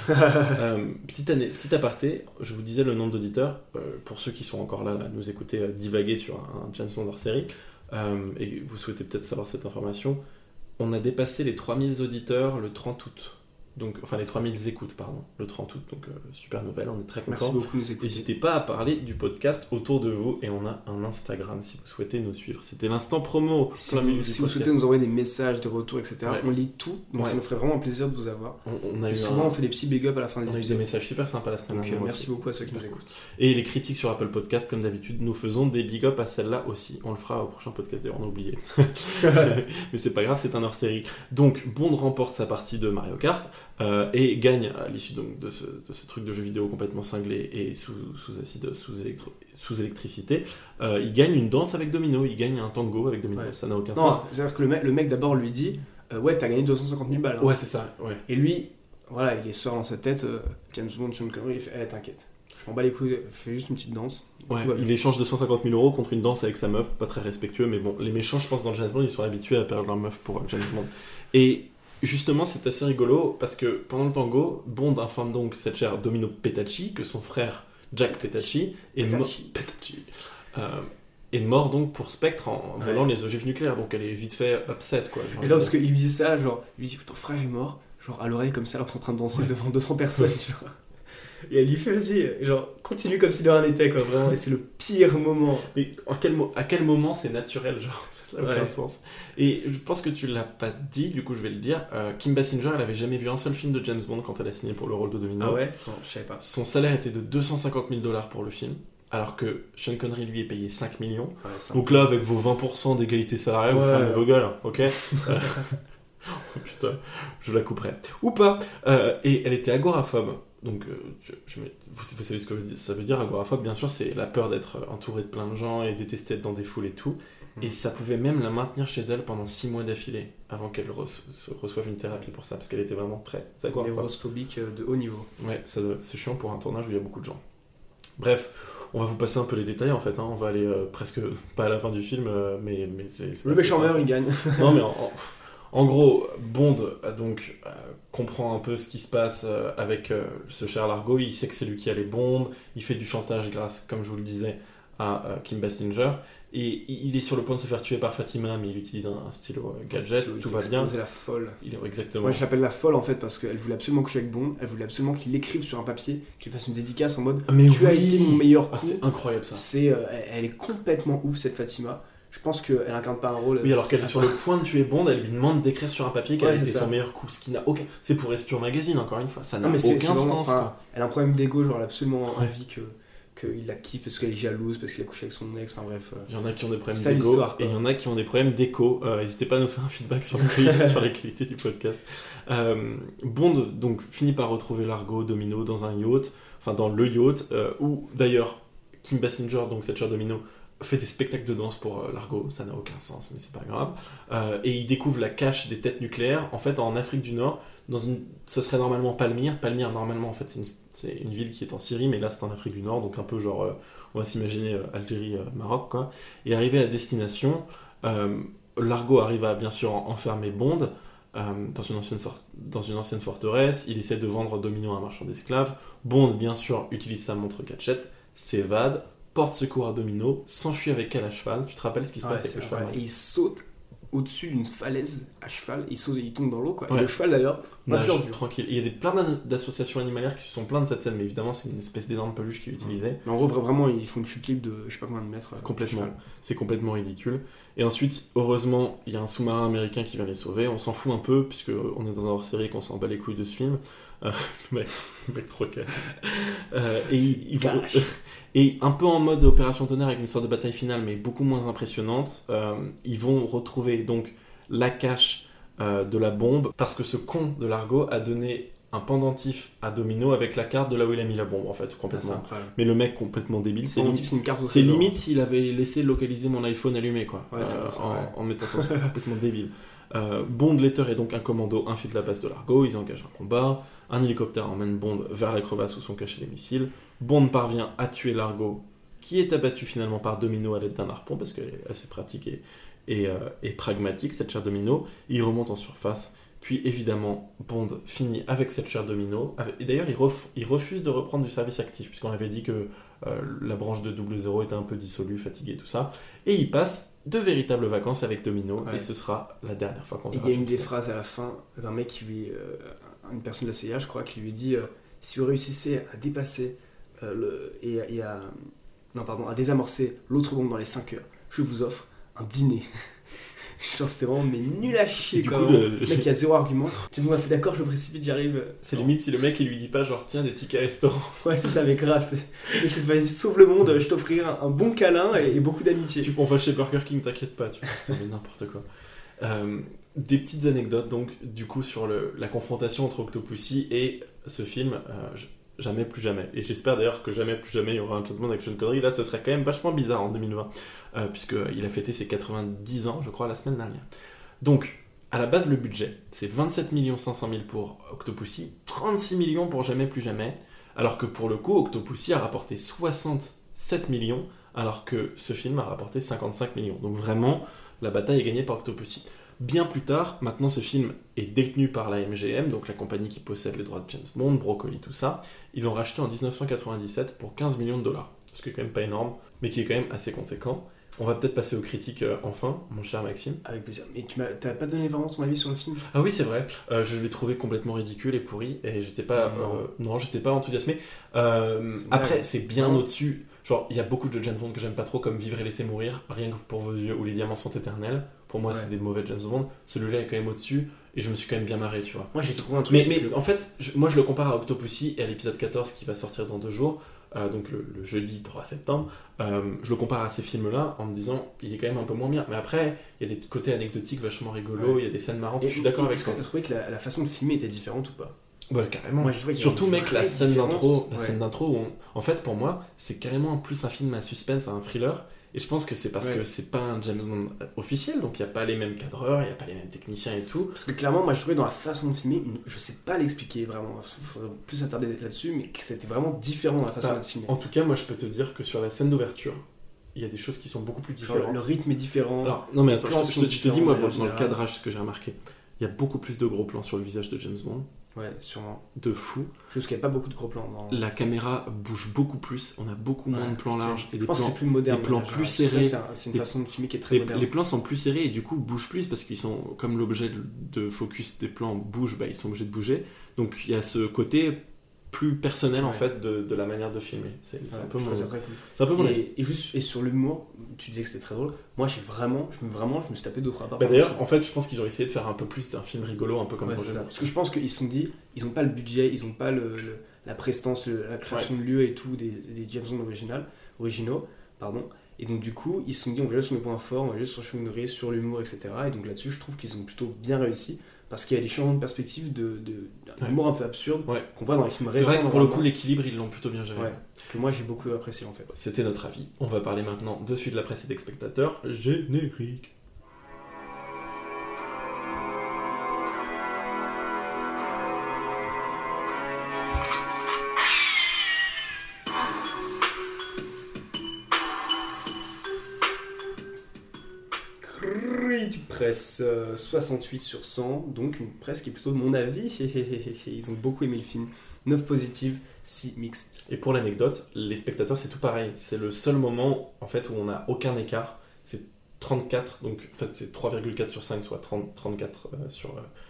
Petit aparté, je vous disais le nombre d'auditeurs. Pour ceux qui sont encore là, à nous écouter divaguer sur un James Bond hors série, et vous souhaitez peut-être savoir cette information, on a dépassé les 3000 auditeurs le 30 août. Donc, enfin, les 3000 écoutes, pardon, le 30 août. Donc, super nouvelle, on est très Merci contents. beaucoup de nous écouter. N'hésitez pas à parler du podcast autour de vous, et on a un Instagram si vous souhaitez nous suivre. C'était l'instant promo. Si plein milieu vous, du si vous podcast. souhaitez nous envoyer des messages de retour, etc., Ouais. on lit tout. Donc Ouais. ça nous ferait vraiment plaisir de vous avoir. On a Et eu souvent, un- on fait des petits big up à la fin des on a eu des épisodes. messages super sympas la semaine Donc dernière. merci aussi. beaucoup à ceux qui nous écoutent. Et les critiques sur Apple Podcast, comme d'habitude, nous faisons des big up à celle-là aussi. On le fera au prochain podcast, d'ailleurs, on a oublié. Mais c'est pas grave, c'est un hors-série. Donc, Bond remporte sa partie de Mario Kart et gagne à l'issue donc, de ce truc de jeu vidéo complètement cinglé et sous acide, sous électricité. Il gagne une danse avec Domino, il gagne un tango avec Domino. Ouais. Ça n'a aucun Non, sens. c'est-à-dire que le mec d'abord lui dit ouais, t'as gagné 250 000 balles. hein. Ouais, c'est ça. Ouais. Et lui, voilà, il est sort dans sa tête, James Bond, Sean Connery, il fait t'inquiète, je m'en bats les couilles, fais juste une petite danse. Ouais, Tout va bien. il échange 250 000 euros contre une danse avec sa meuf, pas très respectueux, mais bon, les méchants, je pense, dans le James Bond, ils sont habitués à perdre leur meuf pour James Bond. Et justement, c'est assez rigolo parce que pendant le tango, Bond informe donc cette chère Domino Petacci que son frère Jack Petacci est mort donc pour Spectre en volant les ogives nucléaires, donc elle est vite fait upset quoi. Genre, Et là, parce qu'il lui dit ça, genre, il lui dit ton frère est mort, genre à l'oreille comme ça, alors qu'ils sont en train de danser devant 200 personnes, genre. Et elle lui fait vas-y, genre, continue comme si de rien n'était, quoi, vraiment, et c'est le pire moment. Mais à quel moment c'est naturel, genre, ça n'a aucun Ouais. sens. Et je pense que tu l'as pas dit, du coup je vais le dire. Kim Basinger, elle avait jamais vu un seul film de James Bond quand elle a signé pour le rôle de Domino. Ah ouais? Non, je savais pas. Son salaire était de 250 000 $ pour le film, alors que Sean Connery lui est payé 5 millions. Ouais, c'est un Donc là, avec vos 20% d'égalité salariale, vous Ouais. fermez vos gueules, ok Oh, putain, je la couperai. Ou pas. Et elle était agoraphobe. Donc, vous savez ce que ça veut dire, agoraphobe, bien sûr, c'est la peur d'être entouré de plein de gens et détester être dans des foules et tout. Et ça pouvait même la maintenir chez elle pendant 6 mois d'affilée, avant qu'elle reçoive une thérapie pour ça, parce qu'elle était vraiment très agoraphobe. névrosphobique de haut niveau. Ouais, c'est chiant pour un tournage où il y a beaucoup de gens. Bref, on va vous passer un peu les détails en fait, hein. On va aller presque pas à la fin du film, mais c'est Le pas méchant meurt, il gagne. Non mais en gros, Bond donc comprend un peu ce qui se passe avec ce cher Largo. Il sait que c'est lui qui a les bombes. Il fait du chantage grâce, comme je vous le disais, à Kim Basinger. Et il est sur le point de se faire tuer par Fatima, mais il utilise un stylo gadget. Tout va bien. C'est la folle. Exactement. Moi, je l'appelle la folle en fait parce qu'elle voulait absolument coucher avec Bond. Elle voulait absolument qu'il écrive sur un papier, qu'il fasse une dédicace en mode Mais tu as oui. été mon meilleur coup. C'est incroyable ça. Elle est complètement ouf cette Fatima. Je pense qu'elle incarne pas un rôle. Oui, alors qu'elle est sur le point de tuer Bond, elle lui demande d'écrire sur un papier qu'elle Ouais, a été c'est ça. son meilleur coup, ce qui n'a aucun. C'est pour Espion Magazine, encore une fois, ça n'a Non, mais c'est aucun vraiment- sens. enfin, quoi. elle a un problème d'ego, genre elle a absolument Ouais. envie qu'il la kiffe parce qu'elle est jalouse, parce qu'il a couché avec son ex, enfin bref. Il y en a qui ont des problèmes Sale d'ego histoire, quoi. et il y en a qui ont des problèmes d'écho. N'hésitez pas à nous faire un feedback sur la qualité, sur la qualité du podcast. Bond donc finit par retrouver Largo, Domino dans un yacht, enfin dans le yacht, où d'ailleurs Kim Basinger, donc cette chère Domino, fait des spectacles de danse pour Largo, ça n'a aucun sens, mais c'est pas grave. Et il découvre la cache des têtes nucléaires, en fait en Afrique du Nord, ce serait normalement Palmyre. Palmyre, normalement, en fait, c'est une ville qui est en Syrie, mais là c'est en Afrique du Nord, donc un peu genre, on va s'imaginer Algérie, Maroc, quoi. Et arrivé à destination, Largo arrive à bien sûr enfermer Bond dans une ancienne forteresse. Il essaie de vendre Domino à un marchand d'esclaves. Bond, bien sûr, utilise sa montre gadget, s'évade, porte secours à Domino, s'enfuit avec elle à cheval. Tu te rappelles ce qui se passe avec le cheval? Et il saute au-dessus d'une falaise à cheval, il tombe dans l'eau, quoi. Ouais. Et le cheval d'ailleurs, Nage tranquille. Il y a plein d'associations animalières qui se sont plaintes de cette scène, mais évidemment c'est une espèce d'énorme peluche qui est utilisée. Mais en gros, vraiment, ils font une chute libre de je sais pas combien de mètres. Complètement. C'est complètement ridicule. Et ensuite, heureusement, il y a un sous-marin américain qui vient les sauver. On s'en fout un peu, puisque on est dans un hors-série qu'on s'en bat les couilles de ce film. Le mec trop calme. Et un peu en mode Opération Tonnerre avec une sorte de bataille finale, mais beaucoup moins impressionnante. Ils vont retrouver donc la cache de la bombe, parce que ce con de Largo a donné un pendentif à Domino avec la carte de là où il a mis la bombe, en fait, complètement. Mais le mec complètement débile, c'est une carte au c'est trésor. limite s'il avait laissé localiser mon iPhone allumé, quoi. Ouais, En mettant ça, c'est complètement débile. Bond, Letter et donc un commando infiltrent la base de Largo, ils engagent un combat, un hélicoptère emmène Bond vers la crevasse où sont cachés les missiles. Bond parvient à tuer Largo, qui est abattu finalement par Domino à l'aide d'un harpon, parce qu'elle est assez pratique et pragmatique, cette chère Domino. Il remonte en surface, puis évidemment Bond finit avec cette chère Domino, et d'ailleurs il refuse de reprendre du service actif, puisqu'on avait dit que la branche de 00 était un peu dissolue, fatiguée, tout ça, et il passe de véritables vacances avec Domino, et ce sera la dernière fois qu'on verra. Il y a une des phrases à la fin d'un mec qui lui, une personne de la CIA, je crois, qui lui dit si vous réussissez à dépasser à désamorcer l'autre bombe dans les 5 heures, je vous offre un dîner. Genre c'était vraiment nul à chier, du quoi. coup, Le mec il a zéro argument. Tu m'as fait d'accord, je me précipite, j'arrive. C'est limite si le mec il lui dit pas genre tiens des tickets restaurant. Ouais, c'est ça, mais grave. Et je vas-y, sauve le monde, je t'offrirai un bon câlin et beaucoup d'amitié. On va chez Burger King, t'inquiète pas, mais n'importe quoi. Des petites anecdotes donc du coup sur la confrontation entre Octopussy et ce film. Jamais plus jamais. Et j'espère d'ailleurs que jamais plus jamais il y aura un James Bond avec Sean Connery. Là, ce serait quand même vachement bizarre en 2020, puisqu'il a fêté ses 90 ans, je crois, la semaine dernière. Donc, à la base, le budget, c'est 27 500 000 pour Octopussy, 36 millions pour Jamais plus jamais, alors que pour le coup, Octopussy a rapporté 67 millions, alors que ce film a rapporté 55 millions. Donc vraiment, la bataille est gagnée par Octopussy. Bien plus tard, maintenant ce film est détenu par la MGM, donc la compagnie qui possède les droits de James Bond, Broccoli, tout ça. Ils l'ont racheté en 1997 pour 15 millions de dollars, ce qui est quand même pas énorme, mais qui est quand même assez conséquent. On va peut-être passer aux critiques enfin, mon cher Maxime. Avec plaisir. Mais t'as pas donné vraiment ton avis sur le film ? Ah oui, c'est vrai. Je l'ai trouvé complètement ridicule et pourri, et j'étais pas, j'étais pas enthousiasmé. Après, c'est bien au-dessus. Genre, il y a beaucoup de James Bond que j'aime pas trop, comme Vivre et laisser mourir, Rien que pour vos yeux ou Les diamants sont éternels. Pour moi, c'est des mauvais James Bond. Celui-là est quand même au-dessus, et je me suis quand même bien marré, tu vois. Moi, j'ai trouvé un truc. Mais en fait, moi, je le compare à Octopussy et à l'épisode 14 qui va sortir dans 2 jours, donc le jeudi 3 septembre. Je le compare à ces films-là en me disant, il est quand même un peu moins bien. Mais après, il y a des côtés anecdotiques vachement rigolos, il y a des scènes marrantes. Je suis d'accord avec toi. Est-ce que tu as trouvé que la façon de filmer était différente ou pas ? Ouais, carrément. Moi, surtout, mec, la scène d'intro, où en fait, pour moi, c'est carrément plus un film à suspense, un thriller. Et je pense que c'est parce que c'est pas un James Bond officiel, donc il n'y a pas les mêmes cadreurs, il n'y a pas les mêmes techniciens et tout. Parce que clairement, moi, je trouvais dans la façon de filmer, je sais pas l'expliquer vraiment, il faudrait plus s'attarder là-dessus, mais que c'était vraiment différent dans la façon de filmer. En tout cas, moi, je peux te dire que sur la scène d'ouverture, il y a des choses qui sont beaucoup plus différentes. Genre, le rythme est différent. Alors, non, mais attends, je te dis, moi, dans le cadrage, ce que j'ai remarqué, il y a beaucoup plus de gros plans sur le visage de James Bond. Ouais, sûrement. De fou. Juste qu'il n'y a pas beaucoup de gros plans. La caméra bouge beaucoup plus, on a beaucoup moins de plans larges et des plans, plus moderne, des plans plus serrés. C'est une façon de filmer qui est très moderne. Les plans sont plus serrés et du coup bougent plus parce qu'ils sont, comme l'objet de focus des plans bouge, ils sont obligés de bouger. Donc il y a ce côté plus personnel en fait de la manière de filmer. C'est un peu mon avis. Et sur l'humour, tu disais que c'était très drôle. Moi, je me suis tapé d'autres rapports. D'ailleurs, en fait, je pense qu'ils ont essayé de faire un peu plus d'un film rigolo, un peu comme Roger. Parce que je pense qu'ils se sont dit, ils n'ont pas le budget, ils n'ont pas la prestance, la création de lieux et tout des James Bond originaux. Et donc du coup, ils se sont dit, on va juste sur les points forts, on va juste sur sur l'humour, etc. Et donc là-dessus, je trouve qu'ils ont plutôt bien réussi. Parce qu'il y a des changements de perspective d'un humour un peu absurde qu'on voit dans les films récents. C'est vrai que pour le coup, l'équilibre, ils l'ont plutôt bien géré. Que moi, j'ai beaucoup apprécié en fait. C'était notre avis. On va parler maintenant de suite de la presse et des spectateurs. Générique. critique presse 68 sur 100, donc une presse qui est plutôt de mon avis. Ils ont beaucoup aimé le film. 9 positives, 6 mixtes. Et pour l'anecdote, les spectateurs, c'est tout pareil. C'est le seul moment en fait où on n'a aucun écart. C'est 34, donc en fait c'est 3,4 sur 5, soit 34 sur...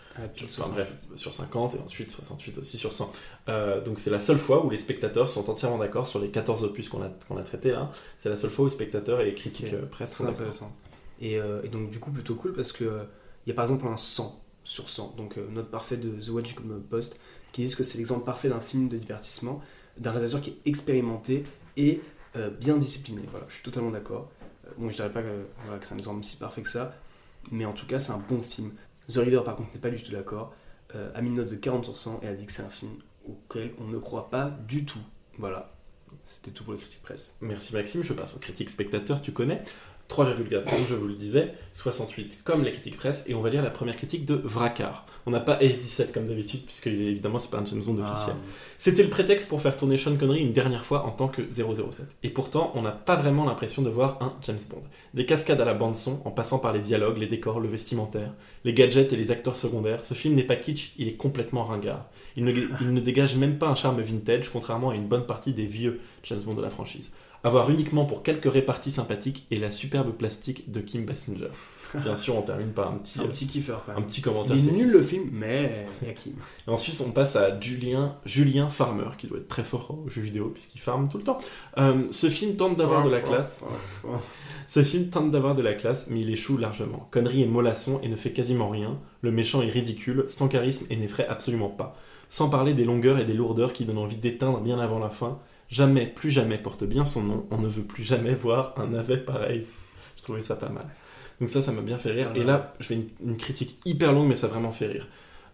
sur 50 et ensuite 68 aussi sur 100. Donc c'est la seule fois où les spectateurs sont entièrement d'accord sur les 14 opus qu'on a traités là. C'est la seule fois où les spectateurs et les critiques presse sont très d'accord. intéressant. Et donc du coup plutôt cool parce que il y a par exemple un 100 sur 100, donc note parfaite de The Washington Post qui disent que c'est l'exemple parfait d'un film de divertissement, d'un réalisateur qui est expérimenté et bien discipliné. Voilà, je suis totalement d'accord. Bon, je dirais pas que c'est un exemple si parfait que ça, mais en tout cas c'est un bon film. The Reader par contre n'est pas du tout d'accord, a mis une note de 40% et a dit que c'est un film auquel on ne croit pas du tout. Voilà, c'était tout pour les critiques presse. Merci Maxime, je passe aux critiques spectateurs, tu connais. 3,4 comme je vous le disais, 68 comme les critiques presse, et on va lire la première critique de Vracard. On n'a pas S17 comme d'habitude, puisque évidemment c'est pas un James Bond officiel. C'était le prétexte pour faire tourner Sean Connery une dernière fois en tant que 007. Et pourtant, on n'a pas vraiment l'impression de voir un James Bond. Des cascades à la bande-son, en passant par les dialogues, les décors, le vestimentaire, les gadgets et les acteurs secondaires, ce film n'est pas kitsch, il est complètement ringard. Il ne dégage même pas un charme vintage, contrairement à une bonne partie des vieux James Bond de la franchise. À voir uniquement pour quelques réparties sympathiques et la superbe plastique de Kim Basinger. Bien sûr, on termine par un petit kiffer quand même. Un petit commentaire. Il est nul le film, mais il y a Kim. Et ensuite, on passe à Julien Farmer, qui doit être très fort aux jeux vidéo, puisqu'il farme tout le temps. Ce film tente d'avoir de la classe. Ce film tente d'avoir de la classe, mais il échoue largement. Connery est mollasson et ne fait quasiment rien. Le méchant est ridicule, sans charisme et n'effraie absolument pas. Sans parler des longueurs et des lourdeurs qui donnent envie d'éteindre bien avant la fin. Jamais, plus jamais porte bien son nom. On ne veut plus jamais voir un navet pareil. Je trouvais ça pas mal. Donc ça m'a bien fait rire. Et là, je fais une critique hyper longue, mais ça m'a vraiment fait rire.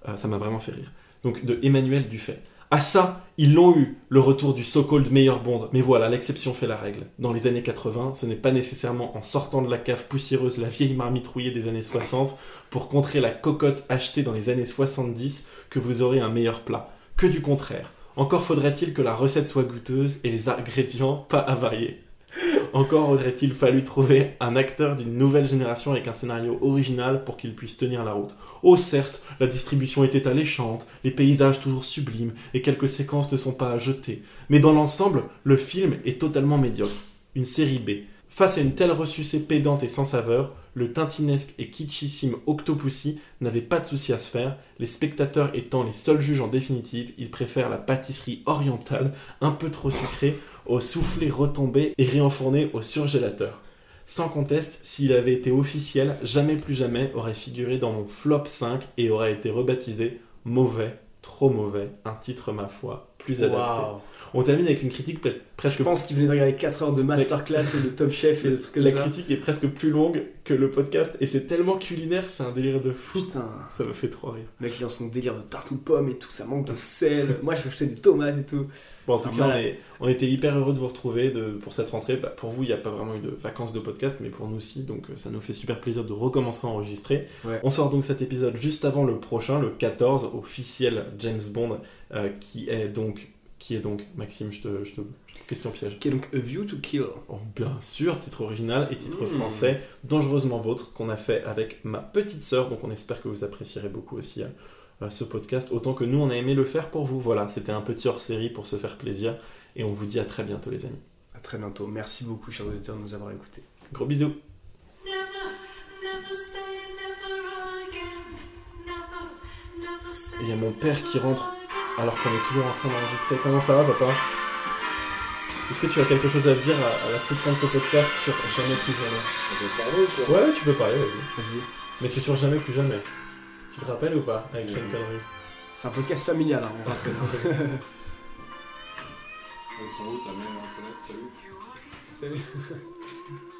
Donc de Emmanuel Dufay. Ah ça, ils l'ont eu, le retour du so-called meilleur Bond. Mais voilà, l'exception fait la règle. Dans les années 80, ce n'est pas nécessairement en sortant de la cave poussiéreuse la vieille marmite rouillée des années 60 pour contrer la cocotte achetée dans les années 70 que vous aurez un meilleur plat. Que du contraire. Encore faudrait-il que la recette soit goûteuse et les ingrédients pas avariés. Encore aurait-il fallu trouver un acteur d'une nouvelle génération avec un scénario original pour qu'il puisse tenir la route. Oh certes, la distribution était alléchante, les paysages toujours sublimes et quelques séquences ne sont pas à jeter. Mais dans l'ensemble, le film est totalement médiocre. Une série B. Face à une telle ressucée pédante et sans saveur, le tintinesque et kitschissime Octopussy n'avait pas de souci à se faire, les spectateurs étant les seuls juges en définitive, ils préfèrent la pâtisserie orientale, un peu trop sucrée, au soufflé retombé et réenfourné au surgélateur. Sans conteste, s'il avait été officiel, Jamais plus jamais aurait figuré dans mon flop 5 et aurait été rebaptisé Mauvais, trop mauvais, un titre ma foi, plus adapté. Wow. On termine avec une critique presque... Je pense qu'il venait de regarder 4 heures de masterclass et de Top Chef et de trucs comme La ça. critique est presque plus longue que le podcast et c'est tellement culinaire, c'est un délire de fou. Putain, Ça me fait trop rire. le mec il est dans son délire de tarte aux pommes et tout, ça manque de sel. Moi je rajoutais des tomates et tout. Bon, en C'est tout cas, malade. on était hyper heureux de vous retrouver pour cette rentrée. Pour vous, il n'y a pas vraiment eu de vacances de podcast, mais pour nous aussi, donc ça nous fait super plaisir de recommencer à enregistrer. Ouais. On sort donc cet épisode juste avant le prochain, le 14, officiel James Bond, qui est donc, Maxime, question piège. Qui est donc A View to Kill. Oh, bien sûr, titre original et titre français, dangereusement vôtre, qu'on a fait avec ma petite sœur, donc on espère que vous apprécierez beaucoup aussi ce podcast, autant que nous on a aimé le faire pour vous. Voilà, c'était un petit hors-série pour se faire plaisir, et on vous dit à très bientôt les amis. À très bientôt. Merci beaucoup chers auditeurs de nous avoir écoutés. Gros bisous. Il y a mon père qui rentre alors qu'on est toujours en train d'enregistrer. Comment ça va, papa? Est-ce que tu as quelque chose à dire à la toute fin de ce podcast sur Jamais plus jamais? On peut parler ou quoi? Ouais, tu peux parler, vas-y. Vas-y. Mais c'est sur Jamais plus jamais. Tu te rappelles ou pas avec Sean Connery? C'est un podcast familial, hein, on rappelle. Ils sont où ta mère, Antoinette? Salut. Salut.